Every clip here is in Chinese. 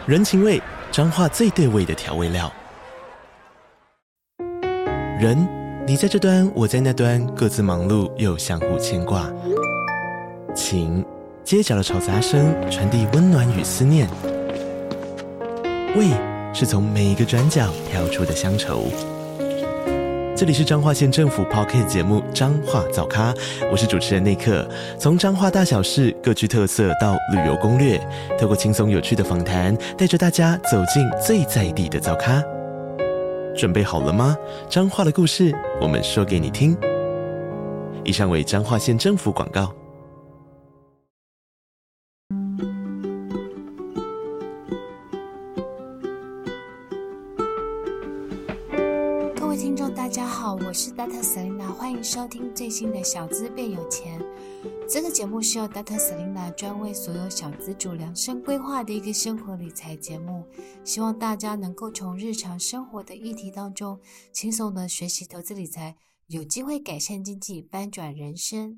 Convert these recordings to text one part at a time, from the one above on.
人情味，彰化最对味的调味料。人，你在这端，我在那端，各自忙碌又相互牵挂。情，街角的吵杂声传递温暖与思念。味，是从每一个转角跳出的乡愁。这里是彰化县政府 Podcast 节目《彰化早咖》，我是主持人内克。从彰化大小事各具特色到旅游攻略，透过轻松有趣的访谈，带着大家走进最在地的早咖。准备好了吗？彰化的故事，我们说给你听。以上为彰化县政府广告。 各位听众大家好，我是 Dr. Selina， 欢迎收听最新的小资变有钱。这个节目是由 Dr. Selina 专为所有小资主量身规划的一个生活理财节目，希望大家能够从日常生活的议题当中轻松的学习投资理财，有机会改善经济，翻转人生。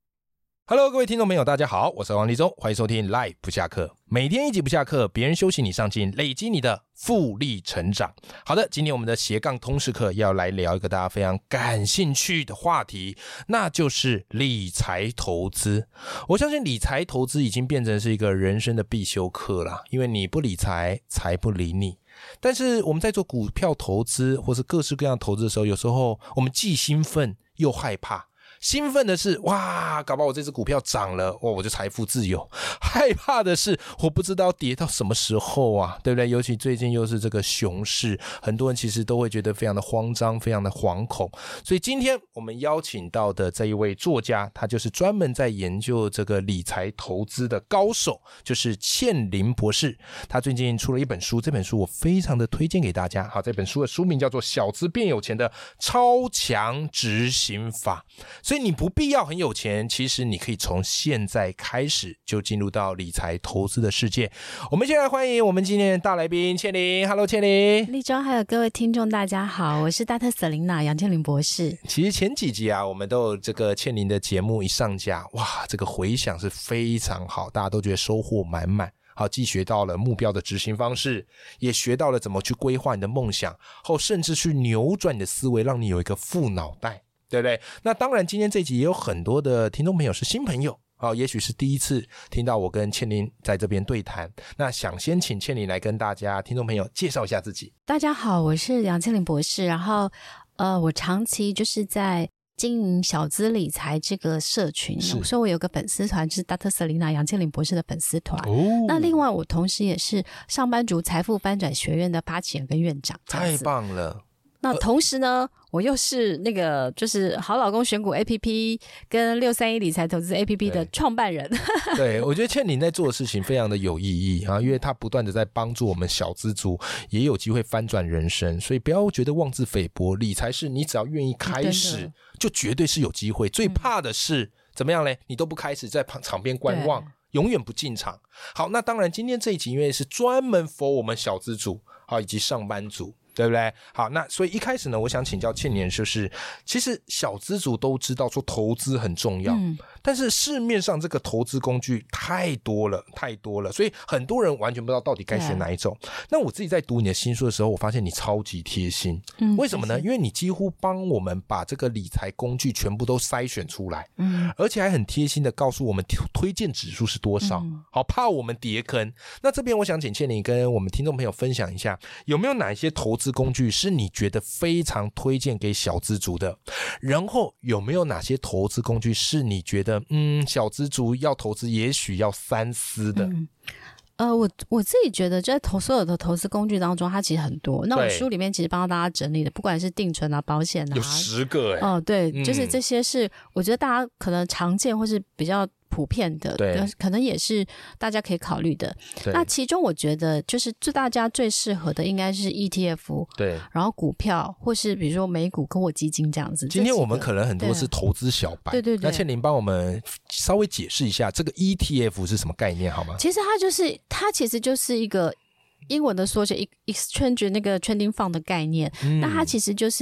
Hello， 各位听众朋友，大家好，我是王立中，欢迎收听 Live 不下课，每天一集不下课，别人休息你上进，累积你的复利成长。好的，今天我们的斜杠通识课要来聊一个大家非常感兴趣的话题，那就是理财投资。我相信理财投资已经变成是一个人生的必修课了，因为你不理财，财不理你。但是我们在做股票投资或是各式各样投资的时候，有时候我们既兴奋又害怕。兴奋的是哇，搞不好我这只股票涨了，我就财富自由。害怕的是我不知道跌到什么时候啊，对不对？尤其最近又是这个熊市，很多人其实都会觉得非常的慌张，非常的惶恐。所以今天我们邀请到的这一位作家，他就是专门在研究这个理财投资的高手，就是倩玲博士。他最近出了一本书，这本书我非常的推荐给大家。好，这本书的书名叫做《小资变有钱的超强执行法》。所以你不必要很有钱，其实你可以从现在开始就进入到理财投资的世界。我们先来欢迎我们今天的大来宾倩玲。 Hello 倩玲。 立中还有各位听众大家好，我是大特瑟琳娜杨倩玲博士。 其实前几集啊，我们都有这个倩玲的节目一上架，哇，这个回响是非常好，大家都觉得收获满满。好，既学到了目标的执行方式，也学到了怎么去规划你的梦想，后甚至去扭转你的思维，让你有一个富脑袋，对不对？那当然今天这集也有很多的听众朋友是新朋友，也许是第一次听到我跟倩玲在这边对谈，那想先请倩玲来跟大家听众朋友介绍一下自己。 大家好，我是杨倩玲博士，然后我长期就是在经营小资理财这个社群，所以我有个粉丝团，就是 Dr. Selina 杨倩玲博士的粉丝团。那另外我同时也是上班族财富翻转学院的发起人跟院长。 太棒了。 那同时呢，我又是那个就是好老公选股 APP 跟631理财投资 APP 的创办人。 对，我觉得倩玲在做的事情非常的有意义啊，因为她不断的在帮助我们小资族也有机会翻转人生，所以不要觉得妄自菲薄，理财是你只要愿意开始，就绝对是有机会。最怕的是怎么样呢？你都不开始，在场边观望，永远不进场。好，那当然今天这一集因为是专门 for 我们小资族以及上班族，对不对？好，那所以一开始呢，我想请教倩玲，就是其实小资族都知道说投资很重要，但是市面上这个投资工具太多了，所以很多人完全不知道到底该选哪一种。那我自己在读你的新书的时候，我发现你超级贴心，为什么呢？因为你几乎帮我们把这个理财工具全部都筛选出来，而且还很贴心的告诉我们推荐指数是多少，好怕我们跌坑。那这边我想请倩玲跟我们听众朋友分享一下，有没有哪一些投资工具是你觉得非常推荐给小资族的，然后有没有哪些投资工具是你觉得小资族要投资也许要三思的？ 我自己觉得在所有的投资工具当中，它其实很多。那我书里面其实帮大家整理的，不管是定存啊、保险啊， 有10个对，就是这些是我觉得大家可能常见或是比较普遍的，可能也是大家可以考虑的。那其中我觉得就是大家最适合的应该是 ETF， 对，然后股票或是比如说美股跟基金这样子。 今天我们可能很多是投资小白，对，那倩玲帮我们稍微解释一下这个 ETF 是什么概念好吗？ 其实它其实就是一个英文的缩写 exchange 那个 trading fund 的概念，那它其实就是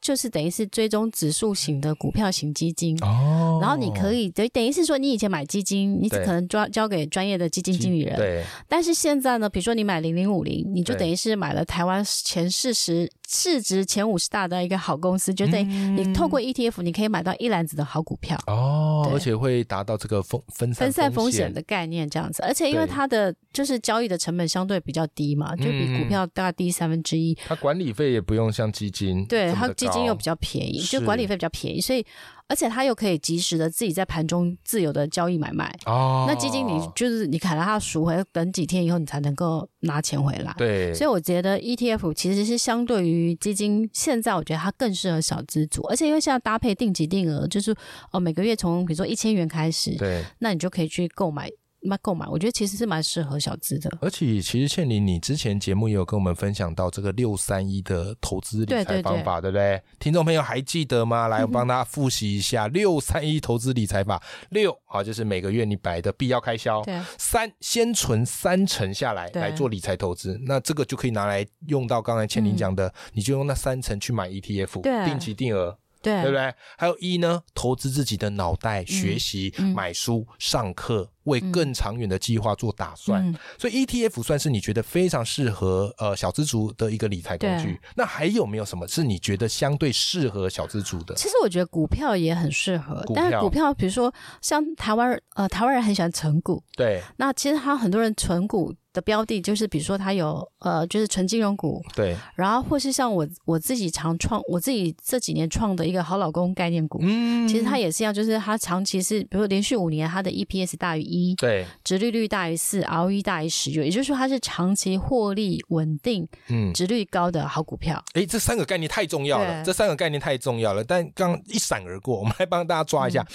就是等于是追踪指数型的股票型基金哦， 然后你可以等于是说你以前买基金，你只可能交给专业的基金经理人， 对， 但是现在呢，比如说你买0050，你就等于是买了台湾前40市值前50大的一个好公司，就等于你透过 ETF 你可以买到一篮子的好股票哦，而且会达到这个分散风险的概念这样子，而且因为它的就是交易的成本相对比较低嘛，就比股票大概低1/3， 它管理费也不用像基金， 对，它基金又比较便宜，就管理费比较便宜，所以而且它又可以及时的自己在盘中自由的交易买卖哦。那基金你就是你砍了它赎回，等几天以后你才能够拿钱回来。 对， 所以我觉得 ETF 其实是相对于基金，现在我觉得它更适合小资族，而且因为现在搭配定期定额，就是每个月从比如说1000元开始， 对， 那你就可以去购买，我觉得其实是蛮适合小资的。 而且其实倩玲，你之前节目也有跟我们分享到这个631的投资理财方法， 对不对？听众朋友还记得吗？来，我帮大家复习一下631投资理财法。6好，就是每个月你本来的必要开销。 对。 3先存30%下来做理财投资，那这个就可以拿来用到刚才倩玲讲的，你就用那30%去买 ETF， 定期定额。对不对？还有1呢，投资自己的脑袋，学习、买书、上课，为更长远的计划做打算。所以 ETF 算是你觉得非常适合小资族的一个理财工具。那还有没有什么是你觉得相对适合小资族的？ 其实我觉得股票也很适合，但是股票比如说像台湾人很喜欢存股， 对， 那其实很多人存股的标的就是比如说他有就是纯金融股， 对， 然后或是像我自己我自己这几年创的一个好老公概念股，其实它也是一样，就是它长期是比如说连续5年它的 EPS 大于1， 对， 殖利率大于4， ROE 大于10，也就是说它是长期获利稳定，殖利率高的好股票。 这3个概念太重要了，但刚一闪而过，我们来帮大家抓一下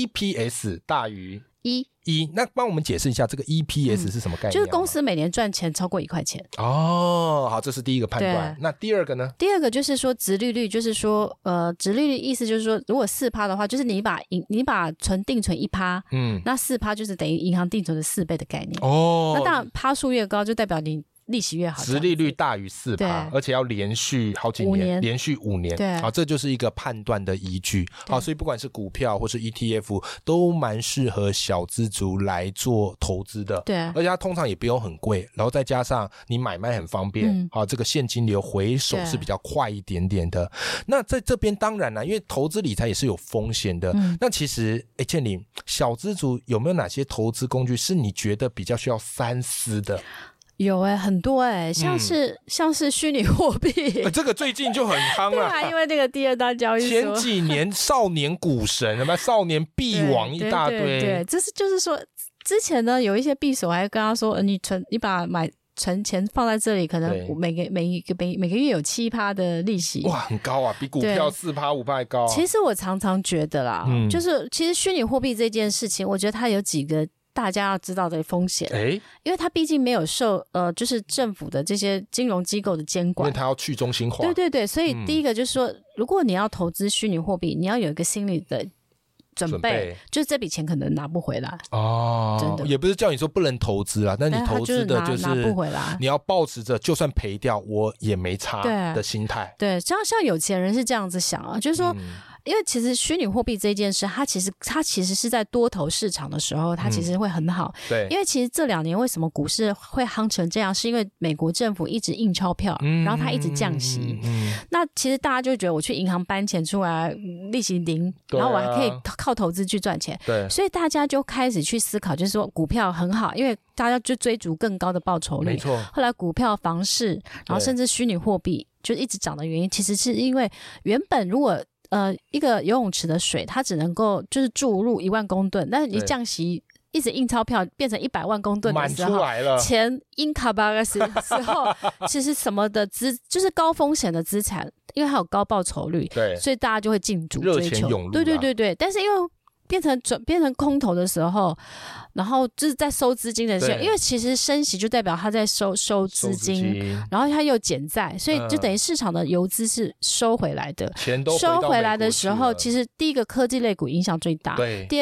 ，EPS 大于1，那帮我们解释一下这个 EPS 是什么概念？ 就是公司每年赚钱超过1块钱。 哦，好，这是第一个判断。那第二个呢？ 第二个就是说殖利率，就是说殖利率意思就是说，如果4%的话，就是你把定存1%，那4%就是等于银行定存的4倍的概念。哦，那当然趴数越高，就代表你利息越好， 殖利率大于 4%， 而且要连续好几年，连续5年， 对， 好，这就是一个判断的依据。好，所以不管是股票或是 ETF 都蛮适合小资族来做投资的， 对， 而且它通常也不用很贵，然后再加上你买卖很方便，好，这个现金流回手是比较快一点点的。那在这边当然啦，因为投资理财也是有风险的，那其实倩玲，小资族有没有哪些投资工具是你觉得比较需要三思的？ 有很多像是虚拟货币， 这个最近就很夯了。对啊，因为那个第2大交易所前几年少年股神什么少年币王一大堆， 对，就是说之前呢有一些币手还跟他说，你把存钱放在这里，可能每个月有7%的利息， 哇，很高啊，比股票4%、5%还高啊。 其实我常常觉得啦，就是其实虚拟货币这件事情，我觉得它有几个大家要知道的风险，因为它毕竟没有受就是政府的这些金融机构的监管， 因为它要去中心化。 对，所以第一个就是说，如果你要投资虚拟货币，你要有一个心理的准备，就是这笔钱可能拿不回来哦，真的也不是叫你说不能投资啦，但你投资的就是拿不回来， 你要抱持着就算赔掉我也没差的心态。 对，像有钱人是这样子想啊，就是说。因为其实虚拟货币这件事，它其实是在多头市场的时候，它其实会很好。 对， 因为其实这2年为什么股市会夯成这样，是因为美国政府一直印钞票，然后它一直降息。那其实大家就觉得我去银行搬钱出来，利息0，然后我还可以靠投资去赚钱。 对， 所以大家就开始去思考，就是说股票很好，因为大家就追逐更高的报酬率。 没错。 后来股票、房市，然后甚至虚拟货币就一直涨的原因，其实是因为原本如果一个游泳池的水，它只能够就是注入1万公吨，但是你降息一直印钞票变成100万公吨的时候， 满出来了， 钱印卡巴的时候，其实什么的就是高风险的资产，因为它有高报酬率， 对， 所以大家就会进驻追求， 热钱涌入。 对，但是因为变成空头的时候，然后就是在收资金的时候，因为其实升息就代表他在收资金，然后他又减债，所以就等于市场的游资是收回来的。 钱都收回来的时候，其实第一个科技类股影响最大， 对， 第二个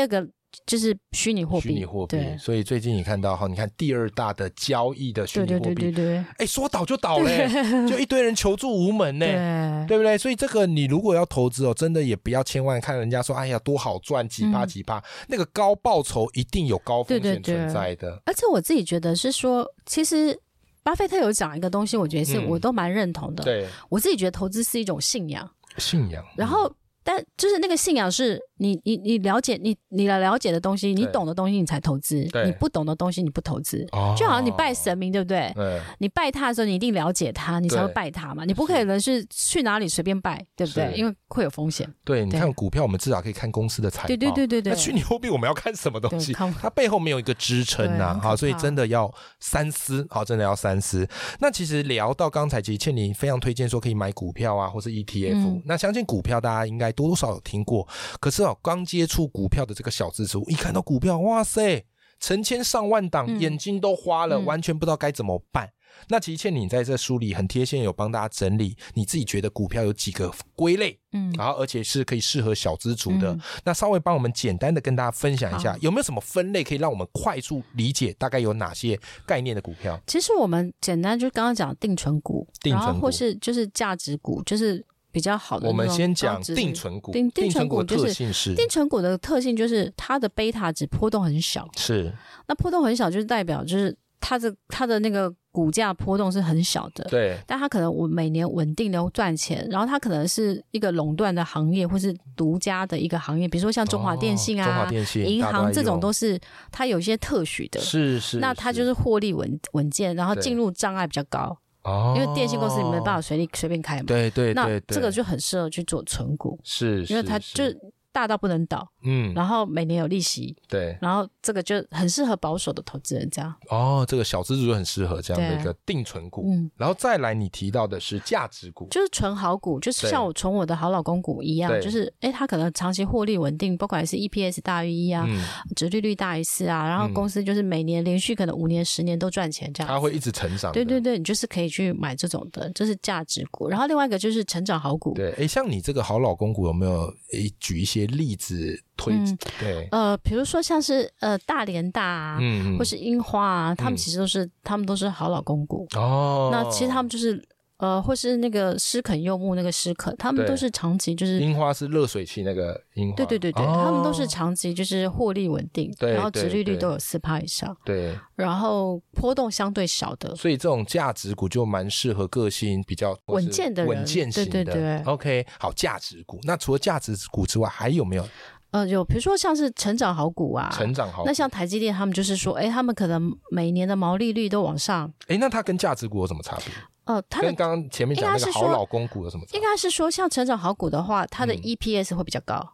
就是虚拟货币，对， 所以最近你看到你看第2大的交易的虚拟货币，对，说倒就倒嘞，就一堆人求助无门呢，对不对？所以这个你如果要投资真的也不要千万看人家说哎呀多好赚几趴，那个高报酬一定有高风险存在的。 而且我自己觉得是说，其实巴菲特有讲一个东西，我觉得是我都蛮认同的。 对， 我自己觉得投资是一种信仰，然后。但就是那个信仰是你了解你了解的东西，你懂的东西你才投资，你不懂的东西你不投资。就好像你拜神明，对不对？你拜他的时候你一定了解他，你才会拜他嘛。你不可能是去哪里随便拜，对不对？因为会有风险。 对，你看股票我们至少可以看公司的财报， 对。 那虚拟货币我们要看什么东西？它背后没有一个支撑啊，好，所以真的要三思，好，真的要三思。那其实聊到刚才，其实倩妮非常推荐说可以买股票啊，或是 ETF。那相信股票大家应该多少有听过，可是刚接触股票的这个小资族，一看到股票，哇塞，成千上万档，眼睛都花了，完全不知道该怎么办。那其实倩妮在这书里很贴心，有帮大家整理你自己觉得股票有几个归类，然后而且是可以适合小资族的。那稍微帮我们简单的跟大家分享一下，有没有什么分类可以让我们快速理解大概有哪些概念的股票？ 其实我们简单就刚刚讲定存股，然后或是就是价值股，就是比较好的。 我们先讲定存股。定存股的特性是， 定存股的特性就是它的贝塔值波动很小。 是， 那波动很小就是代表就是它的那个股价波动是很小的， 对， 但它可能每年稳定的赚钱，然后它可能是一个垄断的行业或是独家的一个行业，比如说像中华电信啊、 中华电信、 银行这种都是它有一些特许的， 是， 那它就是获利稳健，然后进入障碍比较高。因为电信公司你没办法随便开嘛， 对， 那这个就很适合去做存股， 是， 因为它就大到不能倒，然后每年有利息， 对， 然后这个就很适合保守的投资人这样。 这个小资族就很适合这样的一个定存股。然后再来你提到的是价值股， 就是存好股，就是像我存我的好老公股一样，就是它可能长期获利稳定，不管是 EPS 大于1啊，殖利率大于4啊，然后公司就是每年连续可能5年10年都赚钱这样， 它会一直成长的。 对，你就是可以去买这种的，就是价值股。然后另外一个就是成长好股。 对，像你这个好老公股有没有举一些例子推？对， 比如说像是大连大啊，或是樱花啊，他们其实他们都是好老公股。那其实他们就是或是那个诗肯柚木那个诗肯，他们都是长期就是樱花是热水器那个樱花， 对，他们都是长期就是获利稳定，然后殖利率都有4%以上， 对， 然后波动相对少的， 所以这种价值股就蛮适合个性比较稳健的人， 稳健型的。 对 OK， 好，价值股。那除了价值股之外，还有没有？ 有，比如说像是成长好股啊， 成长好股， 那像台积电他们就是说，他们可能每年的毛利率都往上。 那它跟价值股有什么差别？ 它跟刚刚前面讲那个好老公股有什么差别？ 应该是说，像成长好股的话，它的 EPS 会比较高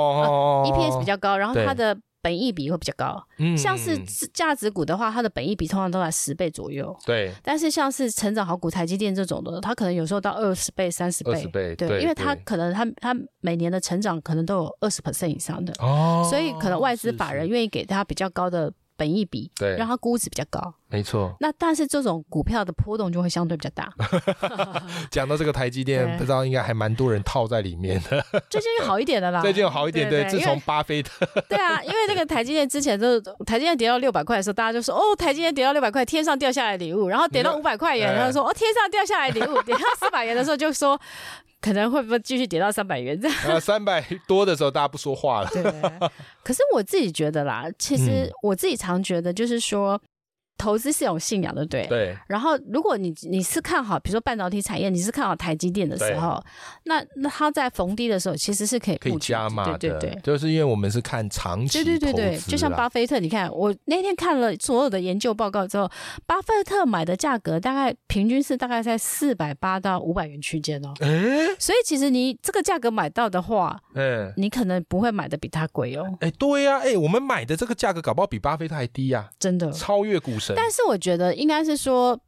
，EPS 比较高，然后它的本益比会比较高。像是价值股的话，它的本益比通常都在10倍左右。 对， 但是像是成长好股、台积电这种的，它可能有时候到20倍、30倍。 20倍， 对，因为它可能它每年的成长可能都有20% 以上的，所以可能外资法人愿意给它比较高的本益比， 对， 让它估值比较高。 没错。 那但是这种股票的波动就会相对比较大。 讲到这个台积电，不知道应该还蛮多人套在里面的。 最近好一点的啦， 最近有好一点，对，自从巴菲特。 对啊，因为那个台积电之前台积电跌到600块的时候，大家就说台积电跌到600块，天上掉下来礼物，然后跌到500块元，然后说天上掉下来礼物，跌到400元的时候就说可能会不会继续跌到300元这样。 300多的时候大家不说话了。 对，可是我自己觉得啦，其实我自己常觉得就是说，投资是有信仰的，对。然后如果你是看好，比如说半导体产业，你是看好台积电的时候，那它在逢低的时候，其实是可以加码的， 对， 就是因为我们是看长期投资， 对，就像巴菲特，你看我那天看了所有的研究报告之后，巴菲特买的价格大概平均是大概在480到500元区间哦。所以其实你这个价格买到的话，你可能不会买的比他贵哦。 对呀，我们买的这个价格搞不好比巴菲特还低啊， 真的超越股神。 但是我觉得应该是说，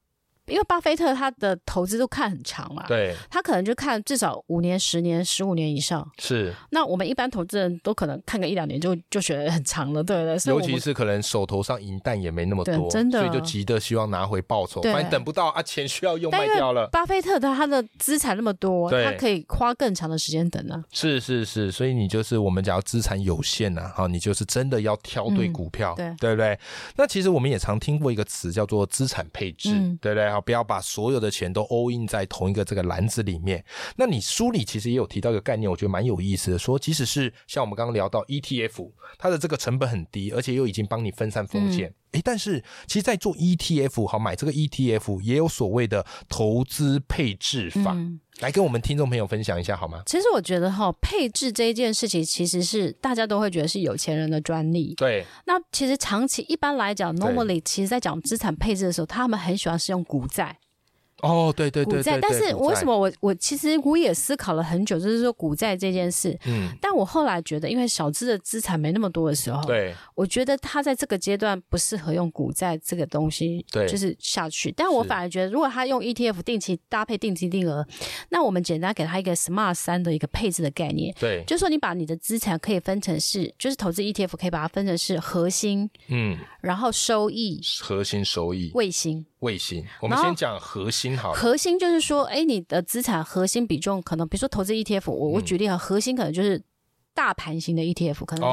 因为巴菲特他的投资都看很长嘛， 对， 他可能就看至少5年、10年、15年以上。 是。 那我们一般投资人都可能看个1-2年就觉得很长了，对不对？所以尤其是可能手头上银弹也没那么多， 真的， 所以就急着希望拿回报酬，反正等不到啊，钱需要用卖掉了。 巴菲特他的资产那么多，他可以花更长的时间等啊。 是，所以你就是我们假如资产有限啊，好，你就是真的要挑对股票，对不对？那其实我们也常听过一个词叫做资产配置，对不对？好，不要把所有的钱都 all in 在同一个这个篮子里面。那你书里其实也有提到一个概念，我觉得蛮有意思的，说即使是像我们刚刚聊到 ETF， 它的这个成本很低，而且又已经帮你分散风险。但是其实在做 ETF 好，买这个 ETF 也有所谓的投资配置法，来跟我们听众朋友分享一下好吗？ 其实我觉得配置这一件事情其实是大家都会觉得是有钱人的专利。 对， 那其实长期一般来讲 normally 其实在讲资产配置的时候，他们很喜欢使用股债。 对， 股债，但是为什么我其实我也思考了很久，就是说股债这件事。但我后来觉得，因为小资的资产没那么多的时候， 对， 我觉得他在这个阶段不适合用股债这个东西，就是下去。但我反而觉得，如果他用 ETF 定期搭配定期定额，那我们简单给他一个 SMART 3的一个配置的概念， 对， 就是说你把你的资产可以分成是，就是投资 ETF 可以把它分成是核心，然后收益， 核心收益， 卫星。 我们先讲核心好了。 核心就是说，你的资产核心比重可能，比如说投资 ETF， 我举例哈，核心可能就是大盘型的 ETF， 可能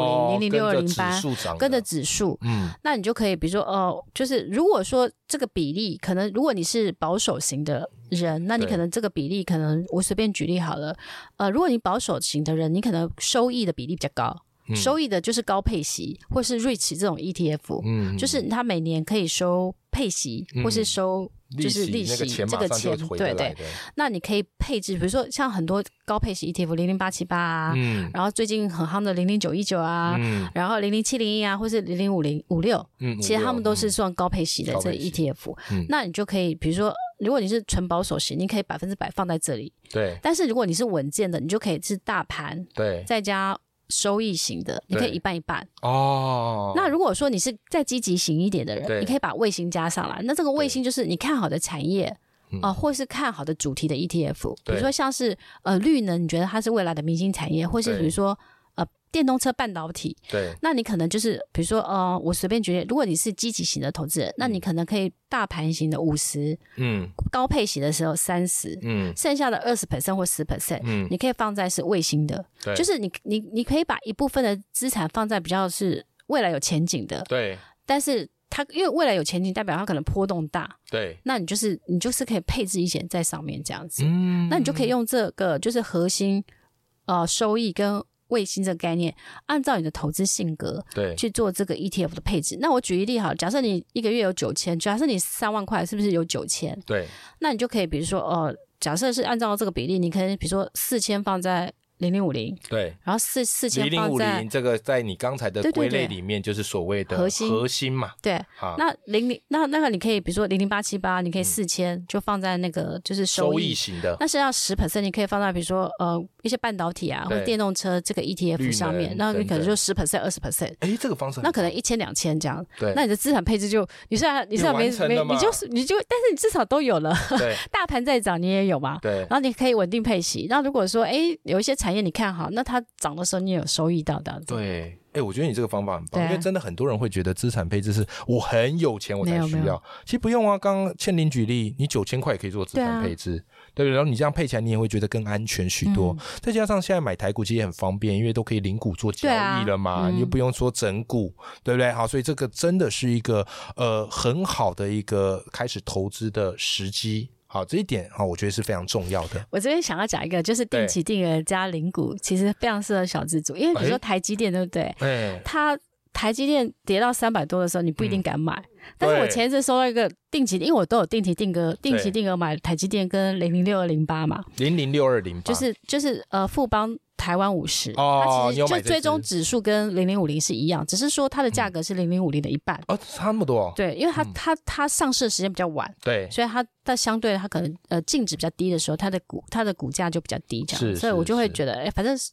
0050、006208跟着指数，那你就可以，比如说就是如果说这个比例，可能如果你是保守型的人，那你可能这个比例可能我随便举例好了，如果你保守型的人，你可能收益的比例比较高。收益的就是高配息或是 REIT 这种 ETF，就是它每年可以收配息或是收就是利息，这个钱对，那你可以配置，比如说像很多高配息 ETF 00878啊，然后最近很夯的00919啊，然后00701啊，或是00556，其实他们都是算高配息的这 ETF，那你就可以比如说如果你是纯保守型，你可以100%放在这里， 对， 但是如果你是稳健的，你就可以是大盘，对，再加收益型的，你可以一半一半那如果说你是再积极型一点的人，你可以把卫星加上来。那这个卫星就是你看好的产业或是看好的主题的 ETF， 比如说像是绿能，你觉得它是未来的明星产业，或是比如说电动车半导体，对，那你可能就是比如说我随便举例，如果你是积极型的投资人，那你可能可以大盘型的50%，高配型的时候30%，剩下的20% 或10%，你可以放在是卫星的，就是你可以把一部分的资产放在比较是未来有前景的，对，但是它因为未来有前景，代表它可能波动大，对，那你就是可以配置一些在上面这样子，那你就可以用这个就是核心收益跟卫星这个概念，按照你的投资性格去做这个 ETF 的配置。那我举一例好，假设你一个月有9000，假设你3万块，是不是有9000？对，那你就可以比如说假设是按照这个比例，你可以比如说4000放在0050，对，然后4000放在 0050，这个在你刚才的归类里面就是所谓的核心嘛，对，好， 那那个你可以比如说00878，你可以4000就放在那个就是收益型的， 那是要10%，你可以放在比如说一些半导体啊或者电动车这个 ETF 上面，那你可能就10% 20%， 这个方式那可能1000、2000这样，对，那你的资产配置就你虽然没你就但是你至少都有了，对，大盘在涨你也有嘛，对，然后你可以稳定配息，那如果说有一些产业你看好，那它涨的时候你也有收益到这样子，对。 我觉得你这个方法很棒，因为真的很多人会觉得资产配置是我很有钱我才需要，其实不用啊。刚刚倩玲举例，你9000块也可以做资产配置，对不对？然后你这样配起来，你也会觉得更安全许多。再加上现在买台股其实也很方便，因为都可以零股做交易了嘛，你又不用说整股，对不对？好，所以这个真的是一个很好的一个开始投资的时机。好，这一点我觉得是非常重要的。 我这边想要讲一个，就是定期定额加零股，其实非常适合小资主，因为比如说台积电，对不对？它台积电跌到300多的时候，你不一定敢买。但是我前一次收到一个定期，因为我都有定期定额买台积电跟006208嘛 ，006208 就是富邦台湾50，它其实就最终指数跟0050是一样，只是说它的价格是0050的一半。 差那么多？对， 因为它上市的时间比较晚，对，所以它相对它可能净值比较低的时候，它的股价就比较低，这样，所以我就会觉得反正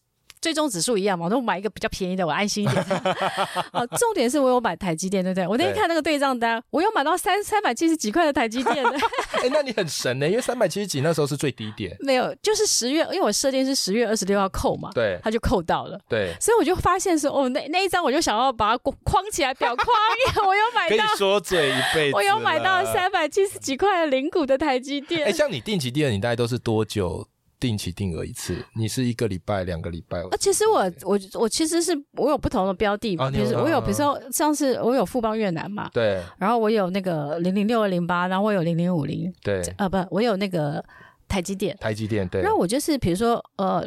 追踪指数一样嘛，我都买一个比较便宜的，我安心一点。重点是我有买台积电，对不对？我那天看那个对账单，我有买到370几块的台积电的。 那你很神呢，因为370几那时候是最低点。 没有，就是10月，因为我设定是10月26号扣嘛， 对， 他就扣到了， 对， 所以我就发现说，那一张我就想要把它框起来裱框，因为我有买到， 可以说嘴一辈子， 我有买到370几块的零股的台积电。 像你定期定额，你大概都是多久定期定额一次？你是1个礼拜、2个礼拜？ 其实我其实是我有不同的标的嘛，比如说上次我有富邦越南嘛， 对， 然后我有那个006-208，然后我有0050， 对， 不，我有那个台积电， 对， 然后我就是比如说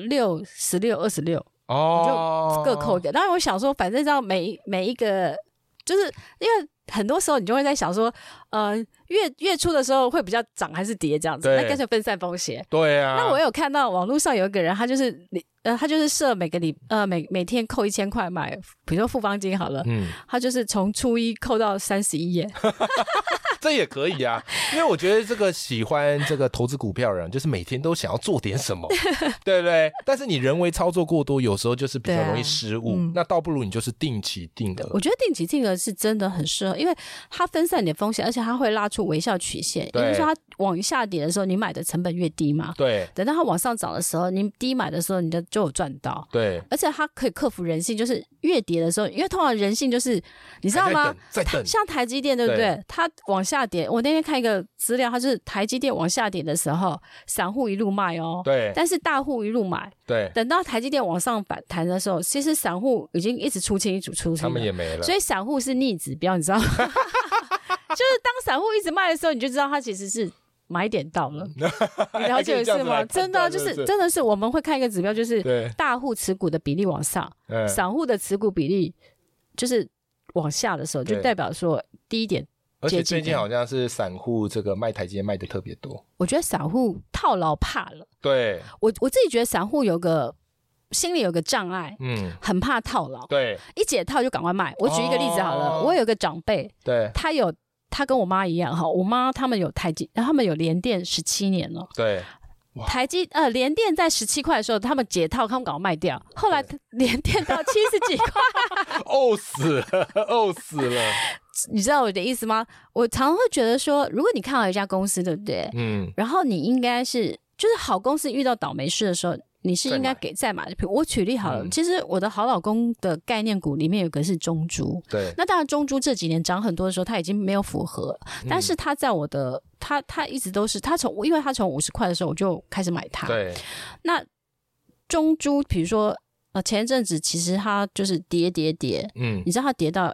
6、16、26，我就各扣一个。当然我想说，反正这样每一个，就是因为很多时候你就会在想说，月初的时候会比较涨还是跌这样子，那干脆分散风险。 对啊。 那我有看到网络上有一个人，他就是设每天扣1000块买，比如说富邦金好了，他就是从初一扣到31耶。 这也可以啊，因为我觉得这个喜欢这个投资股票的人，就是每天都想要做点什么，对不对？但是你人为操作过多，有时候就是比较容易失误。那倒不如你就是定期定额。 我觉得定期定额是真的很适合，因为它分散你的风险，而且它会拉出微笑曲线。也就是说，它往下跌的时候，你买的成本越低嘛。 对。等到它往上涨的时候，你低买的时候，你就有赚到。 对。 而且它可以克服人性，就是越跌的时候，因为通常人性就是你知道吗？ 再等。 像台积电对不对？它往下跌，我那天看一个资料，它是台积电往下跌的时候，散户一路卖哦。 对。但是大户一路买。 对。 等到台积电往上反弹的时候，其实散户已经一直出清， 他们也没了。 所以散户是逆指标，你知道吗？就是当散户一直卖的时候，你就知道它其实是买点到了。你了解是吗？真的就是真的是我们会看一个指标，就是大户持股的比例往上，散户的持股比例就是往下的时候，就代表说第一点。 而且最近好像是散户这个卖台积电卖的特别多。 我觉得散户套牢怕了。 对， 我自己觉得散户心里有个障碍，很怕套牢。 对， 一解套就赶快卖。我举一个例子好了，我有个长辈， 对， 他跟我妈一样哈，我妈他们有他们有联电17年了。 对。 联电在17块的时候，他们解套，他们赶快卖掉。后来联电到70几块， 呕死了。 你知道我的意思吗？我常常会觉得说，如果你看好一家公司，对不对？然后你应该是，就是好公司遇到倒霉事的时候，你是应该再买的。我举例好了，其实我的好老公的概念股里面有个是中珠， 对。 那当然中珠这几年涨很多的时候，它已经没有符合，但是它在我的它一直都是因为它从50块的时候我就开始买它， 对。 那中珠比如说前一阵子其实它就是跌，你知道它跌到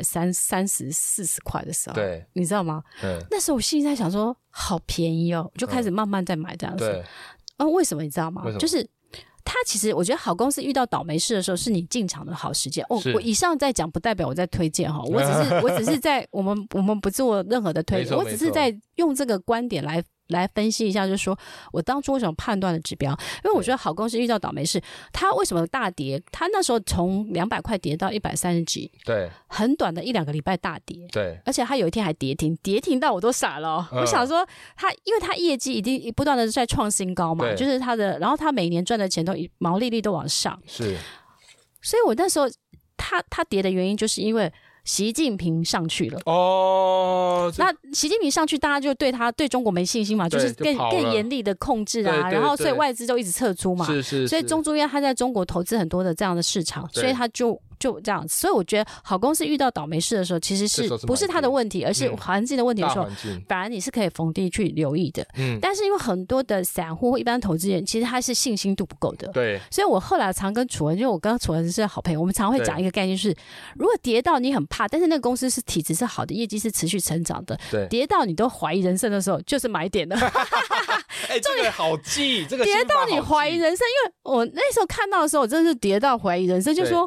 130、40块的时候， 对， 你知道吗？那时候我心里在想说，好便宜哦，我就开始慢慢在买这样子。为什么你知道吗？就是它其实我觉得好公司遇到倒霉事的时候，是你进场的好时间。我以上在讲不代表我在推荐哈，我只是在我们不做任何的推荐，我只是在用这个观点来分析一下，就是说我当初为什么判断的指标，因为我觉得好公司遇到倒霉事，它为什么大跌？它那时候从200块跌到130几， 对， 很短的1-2个礼拜大跌， 对， 而且它有一天还跌停到我都傻了。我想说因为它业绩一定不断的在创新高嘛，就是它的，然后它每年赚的钱都毛利率都往上， 是， 所以我那时候它跌的原因就是因为习近平上去了那习近平上去，大家就对中国没信心嘛，就是更严厉的控制啊，然后所以外资就一直撤出嘛，所以中珠因为他在中国投资很多的这样的市场，所以他就这样子。所以我觉得好公司遇到倒霉事的时候，其实是不是他的问题，而是环境的问题的时候，反而你是可以逢低去留意的。但是因为很多的散户或一般投资人，其实他是信心度不够的。 对， 所以我后来常跟楚文，因为我跟楚文是好朋友，我们常会讲一个概念，就是如果跌到你很怕，但是那个公司是体质是好的，业绩是持续成长的，跌到你都怀疑人生的时候，就是买点了。 这个好记，这个跌到你怀疑人生，因为我那时候看到的时候，我真的是跌到怀疑人生，就说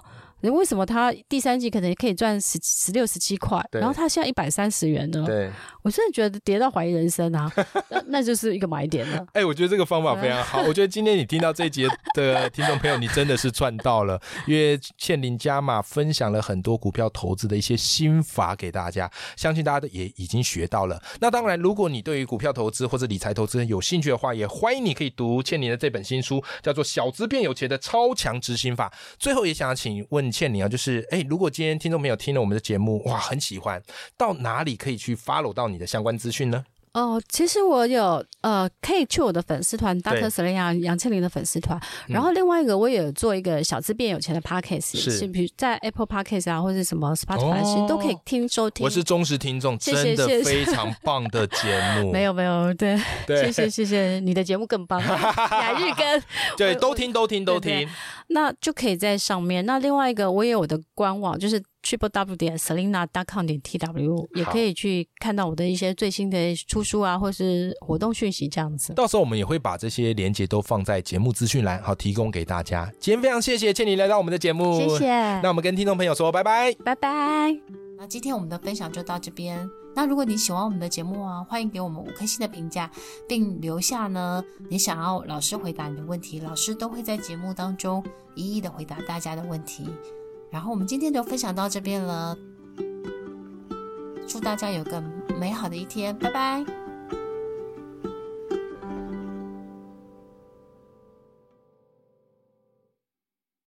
为什么他第3季可能可以赚16、17块，然后他现在130元呢？ 对， 我真的觉得跌到怀疑人生啊，那就是一个买点了。 我觉得这个方法非常好。我觉得今天你听到这一集的听众朋友，你真的是赚到了，因为倩玲加码分享了很多股票投资的一些心法给大家，相信大家也已经学到了。那当然，如果你对于股票投资或者理财投资有兴趣的话，也欢迎你可以读倩玲的这本新书，叫做《小资变有钱的超强执行法》。最后也想要请问倩玲啊，就是如果今天听众朋友听了我们的节目，哇，很喜欢，到哪里可以去 follow 到你的相关资讯呢？ 其实我有可以去我的粉丝团 Dr. Selina 杨倩玲的粉丝团，然后另外一个我也有做一个小资变有钱的 podcast， 是比如在 Apple Podcast 啊或者什么 Spotify 其实都可以收听。 我是忠实听众，真的非常棒的节目。 没有，对，谢谢你的节目更棒，雅日更对，都听。 那就可以在上面。那另外一个我也有我的官网，就是www.selina.com.tw 也可以去看到我的一些最新的出书啊，或是活动讯息这样子。 到时候我们也会把这些连结都放在节目资讯栏，好提供给大家。今天非常谢谢倩玲来到我们的节目， 谢谢。 那我们跟听众朋友说拜拜， 拜拜。 那今天我们的分享就到这边。那如果你喜欢我们的节目啊，欢迎给我们5颗星的评价，并留下呢你想要老师回答你的问题，老师都会在节目当中一一的回答大家的问题。然后我们今天就分享到这边了，祝大家有个美好的一天，拜拜。